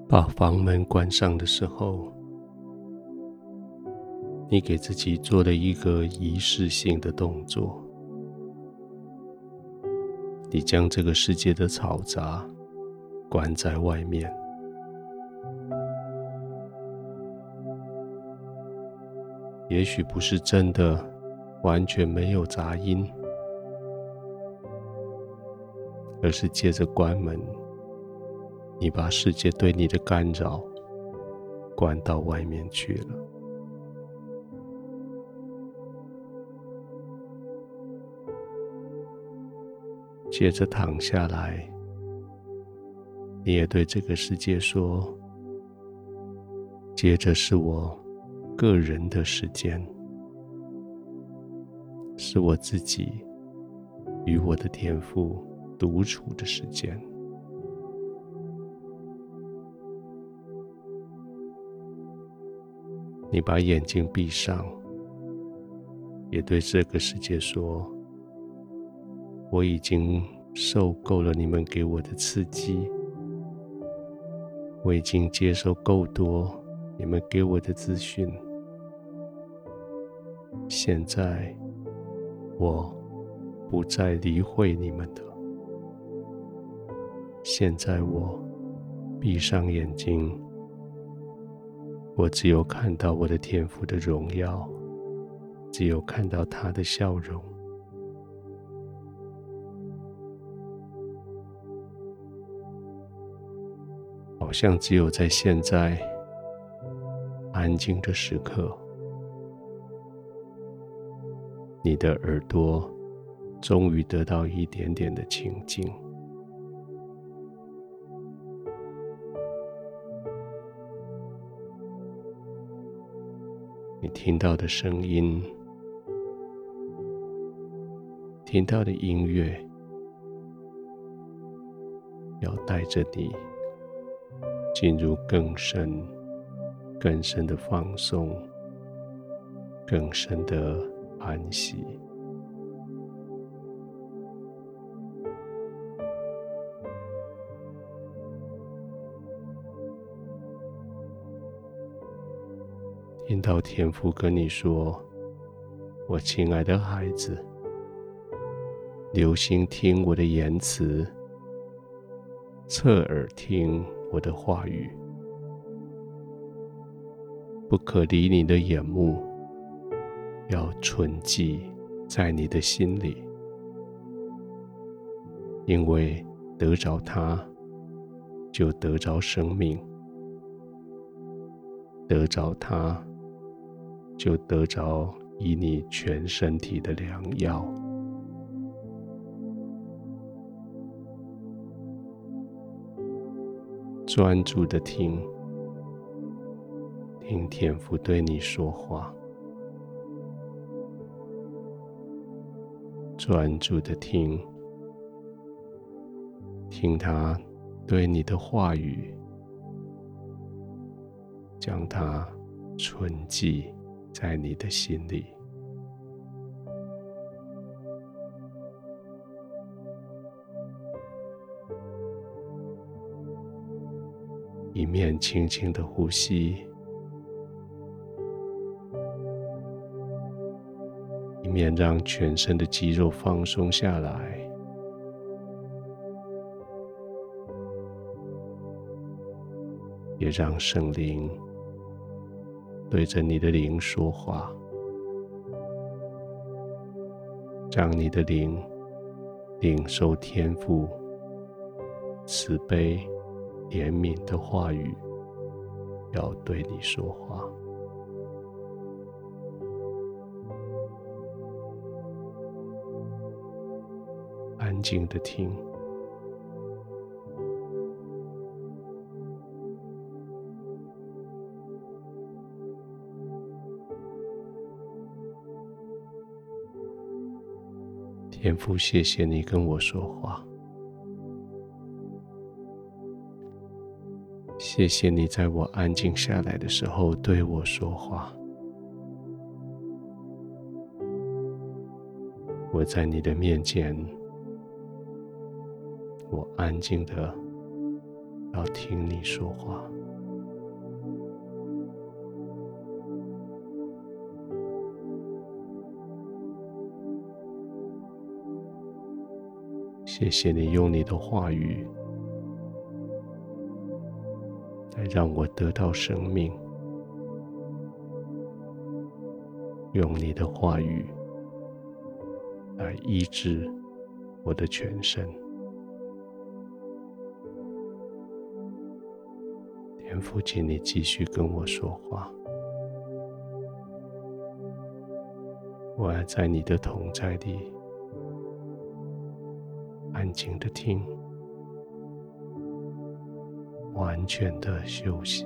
把房门关上的时候，你给自己做了一个仪式性的动作。你将这个世界的嘈杂关在外面。也许不是真的完全没有杂音，而是借着关门，你把世界对你的干扰关到外面去了。接着躺下来，你也对这个世界说，接着是我个人的时间，是我自己与我的天父独处的时间。你把眼睛闭上，也对这个世界说，我已经受够了你们给我的刺激，我已经接受够多你们给我的资讯，现在我不再理会你们的。现在我闭上眼睛，我只有看到我的天父的荣耀，只有看到他的笑容。好像只有在现在安静的时刻，你的耳朵终于得到一点点的清静。你听到的声音，听到的音乐，要带着你进入更深、更深的放松，更深的安息。听到天父跟你说，我亲爱的孩子，留心听我的言辞，侧耳听我的话语，不可离你的眼目，要存记在你的心里，因为得着它，就得着生命，得着它，就得着以你全身体的良药。专注的听，听天父对你说话，专注的听，听他对你的话语，将它存记在你的心里。一面轻轻的呼吸，一面让全身的肌肉放松下来，也让圣灵对着你的灵说话，让你的灵领受天父慈悲怜悯的话语，要对你说话。安静的听，天父，谢谢你跟我说话，谢谢你在我安静下来的时候对我说话。我在你的面前，我安静的要听你说话。 谢谢你用你的话语来让我得到生命，用你的话语来医治我的全身。天父，请你继续跟我说话，我要在你的同在里安静的听，完全的休息。